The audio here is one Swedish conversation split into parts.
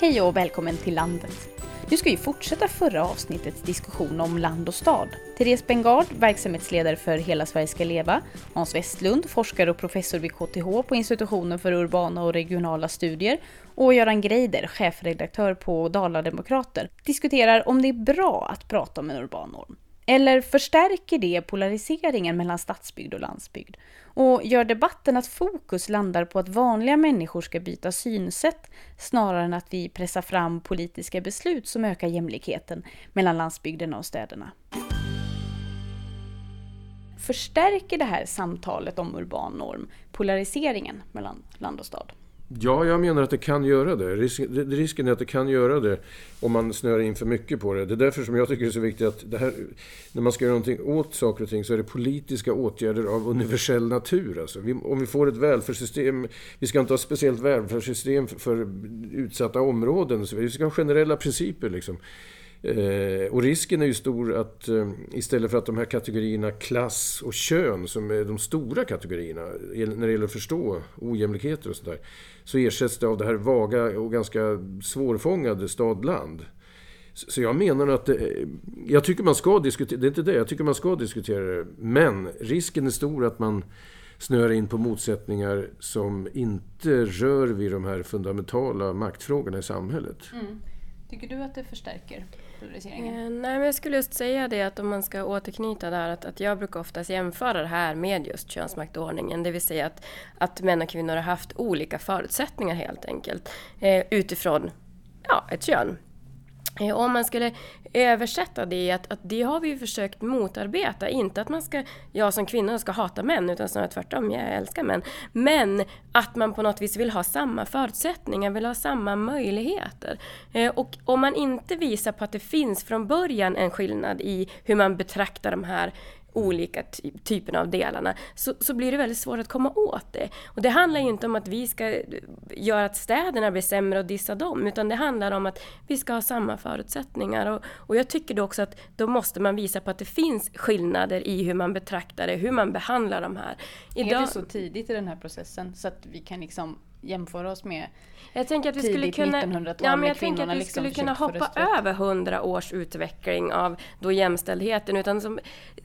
Hej och välkommen till landet. Nu ska vi fortsätta förra avsnittets diskussion om land och stad. Therese Bengard, verksamhetsledare för Hela Sverige ska leva, Hans Westlund, forskare och professor vid KTH på institutionen för urbana och regionala studier, och Göran Greider, chefredaktör på Dala-Demokrater, diskuterar om det är bra att prata om en urban norm. Eller förstärker det polariseringen mellan stadsbygd och landsbygd? Och gör debatten att fokus landar på att vanliga människor ska byta synsätt snarare än att vi pressar fram politiska beslut som ökar jämlikheten mellan landsbygderna och städerna? Förstärker det här samtalet om urban norm polariseringen mellan land och stad? Ja, jag menar att det kan göra det. Risken är att det kan göra det om man snör in för mycket på det. Det är därför som jag tycker det är så viktigt att det här, när man ska göra någonting åt saker och ting, så är det politiska åtgärder av universell natur. Alltså, om vi får ett välfärdssystem, vi ska inte ha ett speciellt välfärdssystem för utsatta områden, så vi ska ha generella principer liksom. Och risken är ju stor att istället för att de här kategorierna klass och kön, som är de stora kategorierna när det gäller att förstå ojämlikheter och sådär, så ersätts det av det här vaga och ganska svårfångade stad-land. Så jag menar att jag tycker man ska diskutera, det är inte det, jag tycker man ska diskutera det, men risken är stor att man snöar in på motsättningar som inte rör vid de här fundamentala maktfrågorna i samhället. Tycker du att det förstärker polariseringen? Nej, men jag skulle just säga det, att om man ska återknyta där, att jag brukar oftast jämföra det här med just könsmaktordningen. Det vill säga att män och kvinnor har haft olika förutsättningar helt enkelt utifrån ett kön. Om man skulle översätta det, att det har vi ju försökt motarbeta. Inte att jag som kvinna ska hata män, utan snarare tvärtom, jag älskar män. Men att man på något vis vill ha samma förutsättningar, vill ha samma möjligheter. Och om man inte visar på att det finns från början en skillnad i hur man betraktar de här olika typerna av delarna, så blir det väldigt svårt att komma åt det. Och det handlar ju inte om att vi ska göra att städerna blir sämre och dissa dem, utan det handlar om att vi ska ha samma förutsättningar. Och jag tycker då också att då måste man visa på att det finns skillnader i hur man betraktar det, hur man behandlar de här. Är det så tidigt i den här processen så att vi kan liksom jämföra oss med jag tänker att vi skulle kunna hoppa över 100 års utveckling av då jämställdheten, utan som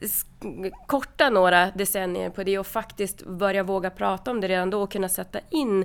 korta några decennier på det och faktiskt börja våga prata om det redan då och kunna sätta in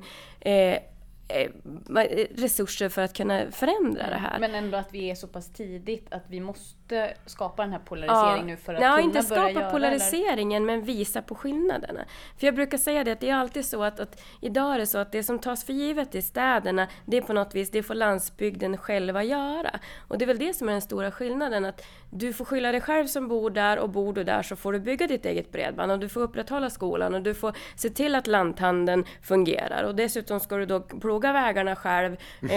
resurser för att kunna förändra det här. Men ändå att vi är så pass tidigt att vi måste skapa den här polariseringen nu för att kunna inte börja skapa polariseringen, men visa på skillnaderna. För jag brukar säga det, att det är alltid så att idag är det så att det som tas för givet i städerna, det är på något vis, det får landsbygden själva göra. Och det är väl det som är den stora skillnaden, att du får skylla dig själv som bor där, och bor du där så får du bygga ditt eget bredband, och du får upprätthålla skolan, och du får se till att lanthandeln fungerar, och dessutom ska du då ploga vägarna själv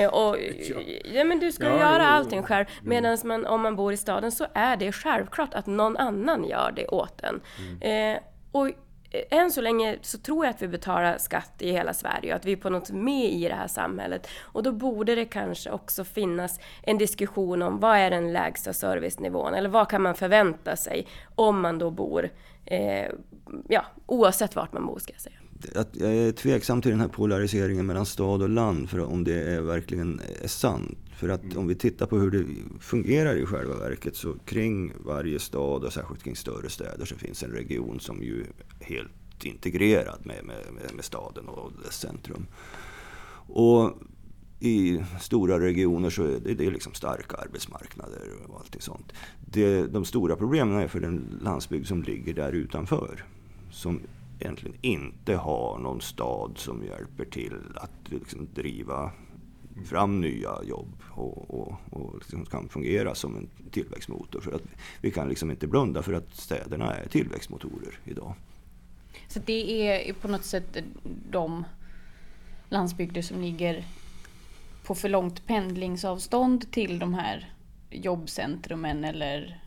men du ska göra allting själv, medan om man bor i staden så är det självklart att någon annan gör det åt en. Och än så länge så tror jag att vi betalar skatt i hela Sverige, att vi är på något med i det här samhället, och då borde det kanske också finnas en diskussion om vad är den lägsta servicenivån, eller vad kan man förvänta sig om man då bor oavsett vart man bor, ska jag säga. Jag är tveksam till den här polariseringen mellan stad och land, för om det verkligen är sant. För att om vi tittar på hur det fungerar i själva verket, så kring varje stad och särskilt kring större städer så finns en region som ju är helt integrerad med staden och dess centrum. Och i stora regioner så är det liksom starka arbetsmarknader och allt sånt. De stora problemen är för den landsbygd som ligger där utanför, som egentligen inte har någon stad som hjälper till att liksom driva fram nya jobb och liksom kan fungera som en tillväxtmotor. För att vi kan liksom inte blunda för att städerna är tillväxtmotorer idag. Så det är på något sätt de landsbygder som ligger på för långt pendlingsavstånd till de här jobbcentrumen, eller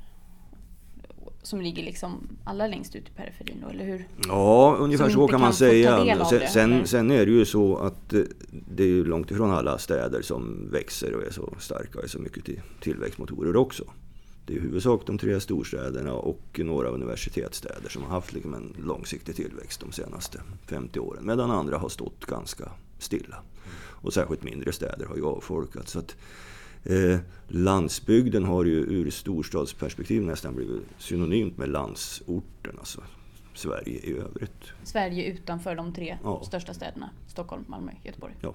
som ligger liksom alla längst ut i periferin då, eller hur? Ja, ungefär så kan man säga. Sen är det ju så att det är ju långt ifrån alla städer som växer och är så starka och är så mycket tillväxtmotorer också. Det är i huvudsak de 3 storstäderna och några universitetsstäder som har haft liksom en långsiktig tillväxt de senaste 50 åren, medan andra har stått ganska stilla. Och särskilt mindre städer har ju avfolkats. Så att, landsbygden har ju ur storstadsperspektiv nästan blivit synonymt med landsorten, alltså Sverige i övrigt. Sverige utanför de 3 största städerna, Stockholm, Malmö, Göteborg. Ja.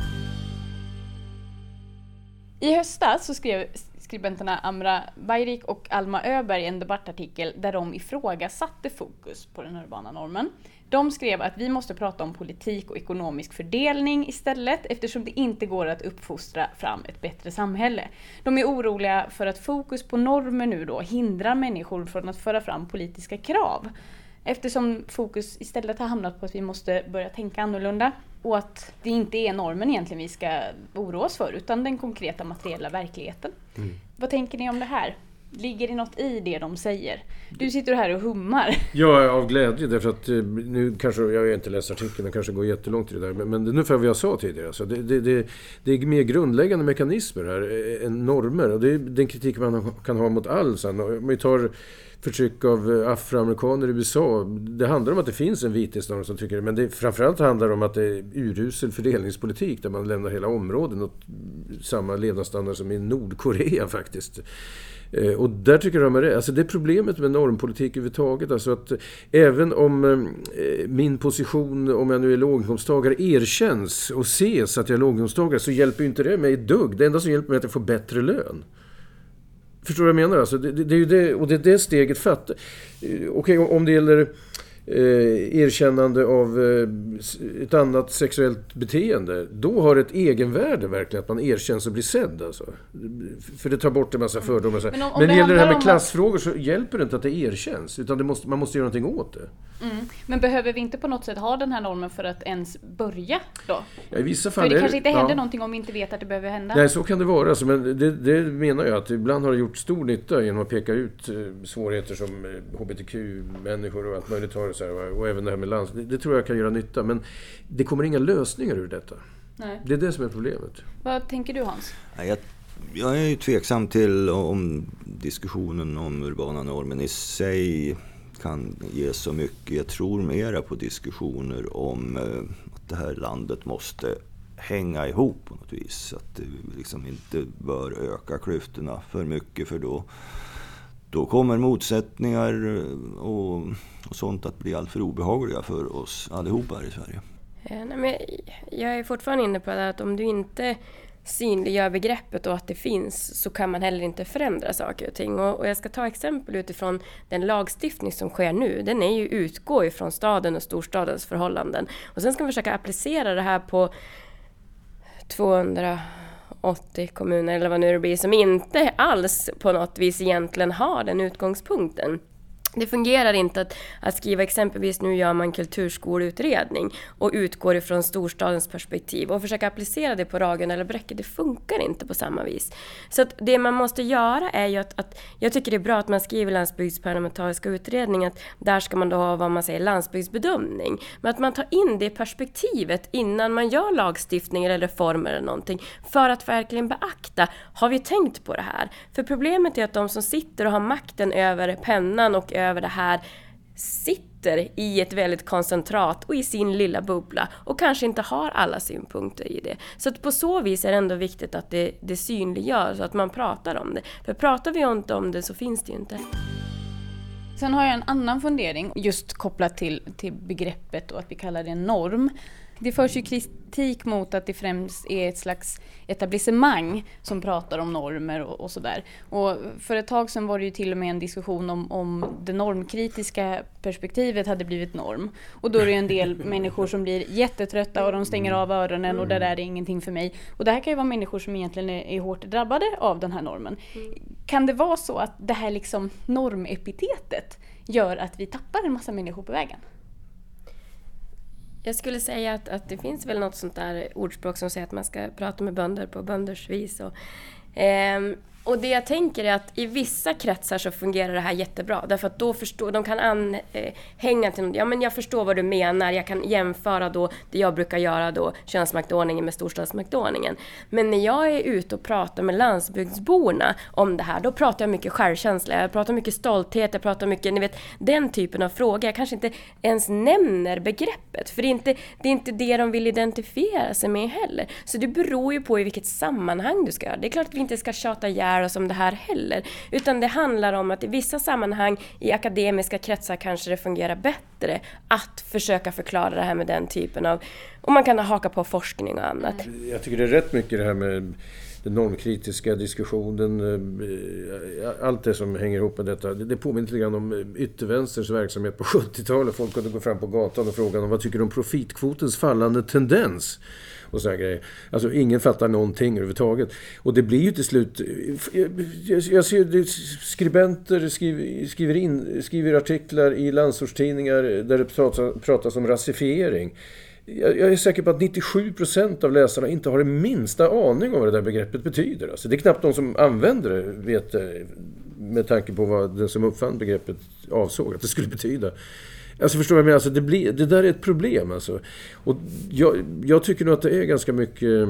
I höstas så skrev skribenterna Amra Bayrik och Alma Öberg en debattartikel där de ifrågasatte fokus på den urbana normen. De skrev att vi måste prata om politik och ekonomisk fördelning istället eftersom det inte går att uppfostra fram ett bättre samhälle. De är oroliga för att fokus på normer nu då hindrar människor från att föra fram politiska krav. Eftersom fokus istället har hamnat på att vi måste börja tänka annorlunda och att det inte är normen egentligen vi ska oroa oss för utan den konkreta materiella verkligheten. Vad tänker ni om det här? Ligger det något i det de säger? Du sitter här och hummar. Ja, av glädje därför att nu kanske, jag har inte läst artikeln, det kanske går jättelångt i det där, men det är ungefär vad jag sa tidigare. Alltså det är mer grundläggande mekanismer här än normer och det är den kritik man kan ha mot all. Om vi tar förtryck av afroamerikaner i USA, det handlar om att det finns en vitesnorm som tycker det, men det framförallt handlar om att det är urusel fördelningspolitik där man lämnar hela områden åt samma levnadsstandard som i Nordkorea faktiskt. Och där tycker jag det. Alltså det är problemet med normpolitik överhuvudtaget. Alltså att även om min position, om jag nu är låginkomsttagare, erkänns och ses att jag är låginkomsttagare så hjälper ju inte det mig ett dugg. Det enda som hjälper mig är att jag får bättre lön. Förstår du vad jag menar? Alltså det är ju det, och det är det steget fattar. Okej, om det gäller erkännande av ett annat sexuellt beteende, då har ett egenvärde verkligen att man erkänns och blir sedd alltså. För det tar bort en massa fördomar. Men det gäller det här med klassfrågor så hjälper det inte att det erkänns utan man måste göra någonting åt det. Men behöver vi inte på något sätt ha den här normen för att ens börja då? Ja, i vissa fall för det kanske inte händer någonting om vi inte vet att det behöver hända. Nej, så kan det vara. Alltså, men det menar jag att ibland har det gjort stor nytta genom att peka ut svårigheter som hbtq-människor och allt möjligt har så här, och även det här med lands. Det tror jag kan göra nytta, men det kommer inga lösningar ur detta. Nej. Det är det som är problemet. Vad tänker du, Hans? Jag är ju tveksam till om diskussionen om urbana normen i sig kan ge så mycket. Jag tror mera på diskussioner om att det här landet måste hänga ihop på något vis. Att det liksom inte bör öka klyftorna för mycket, för då kommer motsättningar och sånt att bli alltför obehagliga för oss allihopa här i Sverige. Nej, men jag är fortfarande inne på det att om du inte synliggör begreppet och att det finns så kan man heller inte förändra saker och ting. Och jag ska ta exempel utifrån den lagstiftning som sker nu. Den är ju utgå ifrån staden och storstadens förhållanden. Och sen ska vi försöka applicera det här på 280 kommuner eller vad nu det blir som inte alls på något vis egentligen har den utgångspunkten. Det fungerar inte att skriva exempelvis nu gör man kulturskoleutredning och utgår ifrån storstadens perspektiv och försöka applicera det på Ragunda eller Bräcke. Det funkar inte på samma vis. Så att det man måste göra är ju att jag tycker det är bra att man skriver landsbygdsparlamentariska utredning, att där ska man då ha vad man säger landsbygdsbedömning. Men att man tar in det perspektivet innan man gör lagstiftningar eller reformer eller någonting för att verkligen beakta, har vi tänkt på det här? För problemet är att de som sitter och har makten över pennan och över det här sitter i ett väldigt koncentrat och i sin lilla bubbla och kanske inte har alla synpunkter i det. Så att på så vis är det ändå viktigt att det synliggörs så att man pratar om det. För pratar vi inte om det så finns det ju inte. Sen har jag en annan fundering just kopplat till begreppet och att vi kallar det en norm. Det förs ju kritik mot att det främst är ett slags etablissemang som pratar om normer och sådär. Och för ett tag sedan var det ju till och med en diskussion om det normkritiska perspektivet hade blivit norm. Och då är det en del människor som blir jättetrötta och de stänger av öronen och det där är ingenting för mig. Och det här kan ju vara människor som egentligen är hårt drabbade av den här normen. Kan det vara så att det här liksom normepitetet gör att vi tappar en massa människor på vägen? Jag skulle säga att det finns väl något sånt där ordspråk som säger att man ska prata med bönder på bönders vis. Och det jag tänker är att i vissa kretsar så fungerar det här jättebra. Därför att då förstår, de kan hänga till något. Ja, men jag förstår vad du menar. Jag kan jämföra då det jag brukar göra då, könsmaktordningen med storstadsmaktordningen. Men när jag är ute och pratar med landsbygdsborna om det här, då pratar jag mycket självkänsla. Jag pratar mycket stolthet. Jag pratar mycket, ni vet, den typen av frågor. Jag kanske inte ens nämner begreppet. För det är inte det de vill identifiera sig med heller. Så det beror ju på i vilket sammanhang du ska göra. Det är klart att vi inte ska tjata ihjäl oss om det här heller. Utan det handlar om att i vissa sammanhang, i akademiska kretsar kanske det fungerar bättre att försöka förklara det här med den typen av... Och man kan haka på forskning och annat. Jag tycker det är rätt mycket det här med den normkritiska diskussionen, allt det som hänger ihop med detta. Det påminner lite grann om yttervänsterns verksamhet på 70-talet. Folk kunde gå fram på gatan och fråga om vad tycker du om profitkvotens fallande tendens? Och så här grejer. Alltså ingen fattar någonting överhuvudtaget. Och det blir ju till slut... Jag ser skribenter skriver artiklar i landsortstidningar där det pratas om rasifiering. Jag är säker på att 97% av läsarna inte har en minsta aning om vad det där begreppet betyder. Alltså, det är knappt de som använder det vet med tanke på vad den som uppfann begreppet avsåg att det skulle betyda. Alltså förstår jag men alltså det där är ett problem alltså. Och jag tycker nog att det är ganska mycket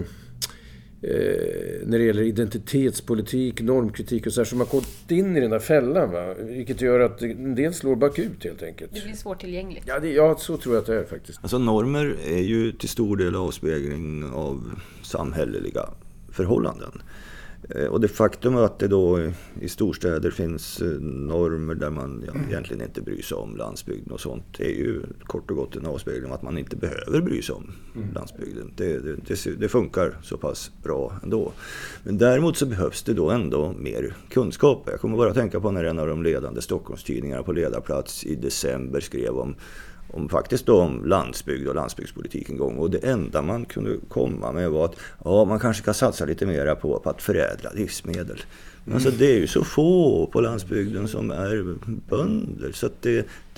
när det gäller identitetspolitik, normkritik och så här som har gått in i den där fällan va? Vilket gör att en del slår bakut helt enkelt. Det blir svårtillgängligt. Ja, så tror jag att det är faktiskt. Alltså normer är ju till stor del avspegling av samhälleliga förhållanden. Och det faktum att det då i storstäder finns normer där man egentligen inte bryr sig om landsbygden och sånt är ju kort och gott en avspegling att man inte behöver bry sig om landsbygden. Det funkar så pass bra ändå. Men däremot så behövs det då ändå mer kunskap. Jag kommer bara att tänka på när en av de ledande Stockholmstidningarna på ledarplats i december skrev om faktiskt då om landsbygd och landsbygdspolitik en gång. Och det enda man kunde komma med var att man kanske kan satsa lite mer på att förädla livsmedel. Men alltså det är ju så få på landsbygden som är bönder. Så att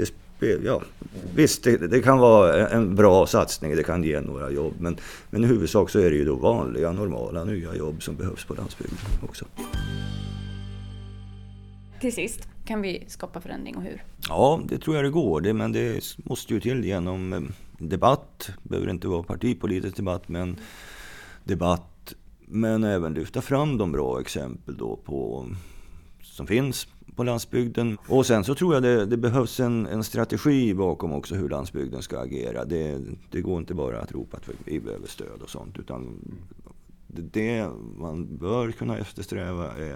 visst, det kan vara en bra satsning, det kan ge några jobb. Men i huvudsak så är det ju då vanliga, normala, nya jobb som behövs på landsbygden också. Till sist, kan vi skapa förändring och hur? Ja, det tror jag det går. Men det måste ju till genom debatt. Det behöver inte vara partipolitisk debatt, men debatt. Men även lyfta fram de bra exempel då som finns på landsbygden. Och sen så tror jag det behövs en strategi bakom också hur landsbygden ska agera. Det går inte bara att ropa att vi behöver stöd och sånt, utan det man bör kunna eftersträva är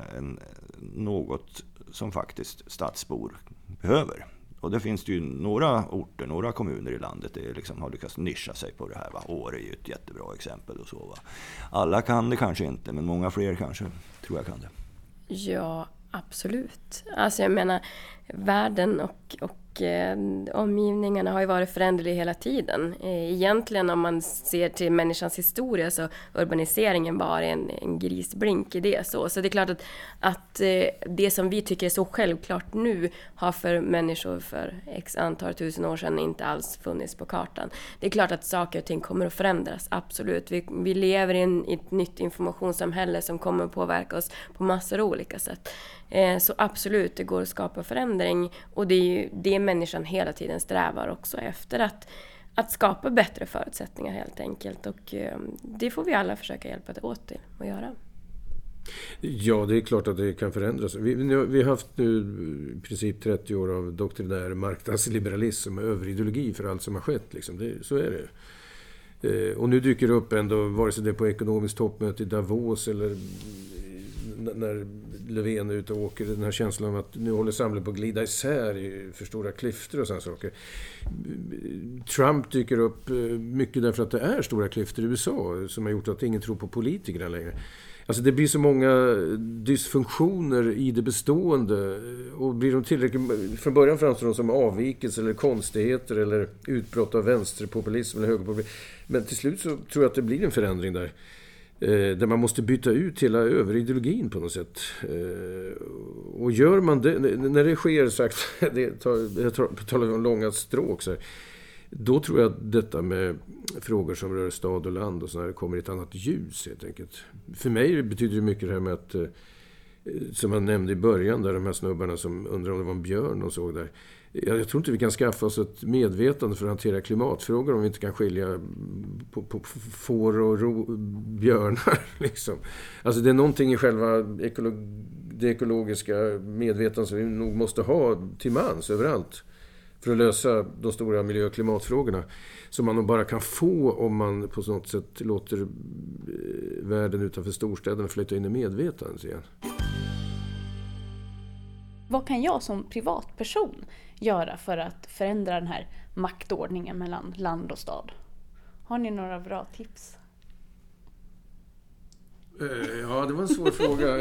något som faktiskt stadsbor behöver. Och det finns ju några orter, några kommuner i landet det liksom har lyckats nischa sig på det här. Åre är ju ett jättebra exempel och så. Va? Alla kan det kanske inte, men många fler kanske tror jag kan det. Ja, absolut. Alltså jag menar, världen och omgivningarna har ju varit föränderliga hela tiden. Egentligen om man ser till människans historia så urbaniseringen var en grisblink i det. Så det är klart att det som vi tycker är så självklart nu har för människor för x antal tusen år sedan inte alls funnits på kartan. Det är klart att saker och ting kommer att förändras, absolut. Vi lever i ett nytt informationssamhälle som kommer att påverka oss på massor av olika sätt. Så absolut, det går att skapa förändring och det är ju det människan hela tiden strävar också efter att skapa bättre förutsättningar helt enkelt och det får vi alla försöka hjälpa åt till att göra. Ja, det är klart att det kan förändras. Vi har haft nu i princip 30 år av doktrinär marknadsliberalism och överideologi för allt som har skett. Liksom. Så är det. Och nu dyker det upp ändå, vare sig det är på ekonomiskt toppmöte i Davos eller när Löfven är ute och åker, den här känslan om att nu håller samhället på att glida isär i för stora klyftor och sådana saker. Trump dyker upp mycket därför att det är stora klyftor i USA som har gjort att ingen tror på politikerna längre. Alltså det blir så många dysfunktioner i det bestående och blir de tillräckligt, från början framstår de som avvikelser eller konstigheter eller utbrott av vänsterpopulism eller högerpopulism. Men till slut så tror jag att det blir en förändring där man måste byta ut hela överideologin på något sätt. Och gör man det, när det sker sagt, jag talar om långa stråk så här, då tror jag att detta med frågor som rör stad och land och så här kommer i ett annat ljus helt enkelt. För mig betyder det mycket det här med att som jag nämnde i början, där de här snubbarna som undrar om det var en björn de såg där. Jag tror inte vi kan skaffa oss ett medvetande för att hantera klimatfrågor om vi inte kan skilja på får och björnar. Liksom. Alltså det är någonting i själva det ekologiska medvetandet som vi nog måste ha till mans överallt för att lösa de stora miljö- och klimatfrågorna. Som man nog bara kan få om man på något sätt låter världen utanför storstäderna flytta in i medvetandet igen. Vad kan jag som privatperson göra för att förändra den här maktordningen mellan land och stad? Har ni några bra tips? Ja, det var en svår fråga.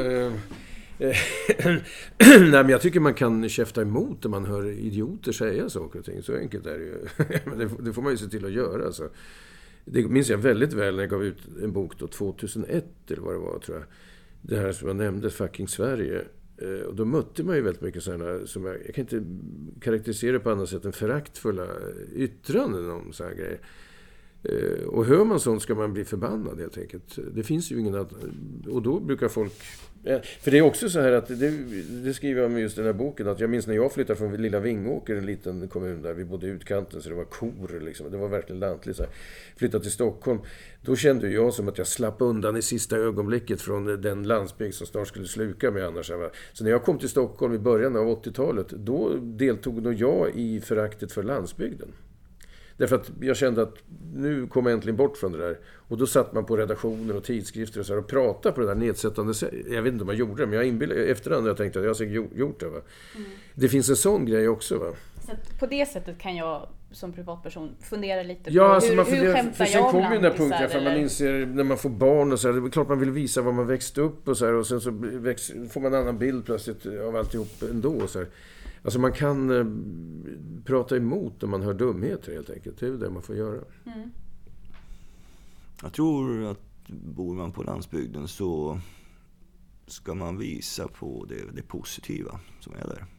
Nej, men jag tycker man kan käfta emot när man hör idioter säga saker och ting. Så enkelt är det ju. Det får man ju se till att göra. Alltså. Det minns jag väldigt väl när jag gav ut en bok då, 2001 eller vad det var, tror jag. Det här som jag nämnde, Fucking Sverige. Och då mötte man ju väldigt mycket sådana som jag kan inte karaktärisera på annat sätt än föraktfulla yttranden om sådana grejer. Och hör man sånt ska man bli förbannad helt enkelt. Det finns ju ingen att... Och då brukar folk... För det är också så här att, det skriver jag med just den här boken, att jag minns när jag flyttade från lilla Vingåker, en liten kommun där vi bodde i utkanten, så det var kor liksom, det var verkligen lantligt så här. Flyttade till Stockholm, då kände jag som att jag slapp undan i sista ögonblicket från den landsbygd som snart skulle sluka mig annars. Så när jag kom till Stockholm i början av 80-talet, då deltog nog jag i föraktet för landsbygden. Därför att jag kände att nu kom jag äntligen bort från det där. Och då satt man på redaktioner och tidskrifter och, så här, och pratade på det där nedsättande. Jag vet inte om jag gjorde det, men jag inbillade efterhand jag tänkte att jag har säkert gjort det. Va? Det finns en sån grej också. Va? Så på det sättet kan jag som privatperson fundera lite på alltså hur skämtar jag om den där punkten, för man inser när man får barn och så här, det är klart man vill visa vad man växte upp och så här, och sen så får man en annan bild plötsligt av alltihop ändå. Så här. Alltså man kan prata emot när man hör dumheter helt enkelt. Det är det man får göra. Mm. Jag tror att bor man på landsbygden så ska man visa på det positiva som är där.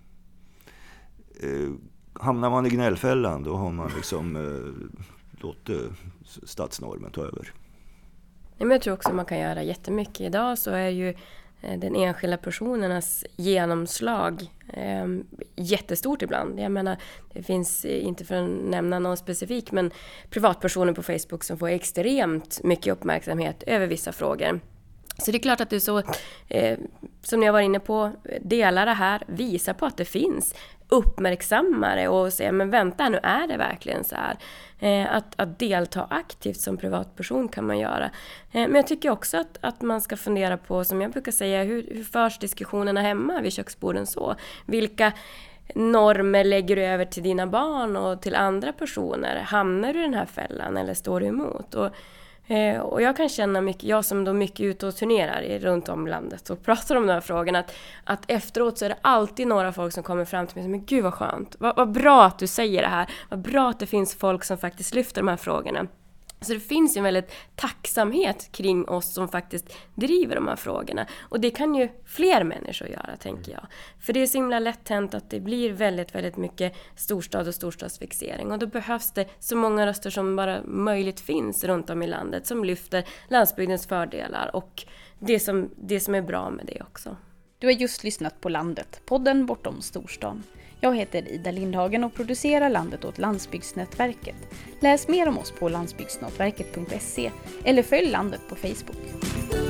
Hamnar man i gnällfällan, då har man liksom låtit stadsnormen ta över. Men jag tror också man kan göra jättemycket. Idag så är ju den enskilda personernas genomslag jättestort ibland. Jag menar, det finns, inte för att nämna någon specifik, men privatpersoner på Facebook som får extremt mycket uppmärksamhet över vissa frågor. Så det är klart att du så, som jag var inne på, delar det här, visar på att det finns uppmärksammare och säga, men vänta, nu är det verkligen så här. Att delta aktivt som privatperson kan man göra. Men jag tycker också att man ska fundera på, som jag brukar säga, hur förs diskussionerna hemma vid köksborden så? Vilka normer lägger du över till dina barn och till andra personer? Hamnar du i den här fällan eller står du emot? Och jag kan känna mycket, jag som då mycket ute och turnerar runt om landet och pratar om de här frågorna, att efteråt så är det alltid några folk som kommer fram till mig och säger, men gud vad skönt, vad bra att du säger det här, vad bra att det finns folk som faktiskt lyfter de här frågorna. Så det finns ju en väldigt tacksamhet kring oss som faktiskt driver de här frågorna. Och det kan ju fler människor göra, tänker jag. För det är så himla lätt hänt att det blir väldigt, väldigt mycket storstad och storstadsfixering. Och då behövs det så många röster som bara möjligt finns runt om i landet som lyfter landsbygdens fördelar och det som är bra med det också. Du har just lyssnat på Landet, podden bortom storstan. Jag heter Ida Lindhagen och producerar Landet åt Landsbygdsnätverket. Läs mer om oss på landsbygdsnätverket.se eller följ Landet på Facebook.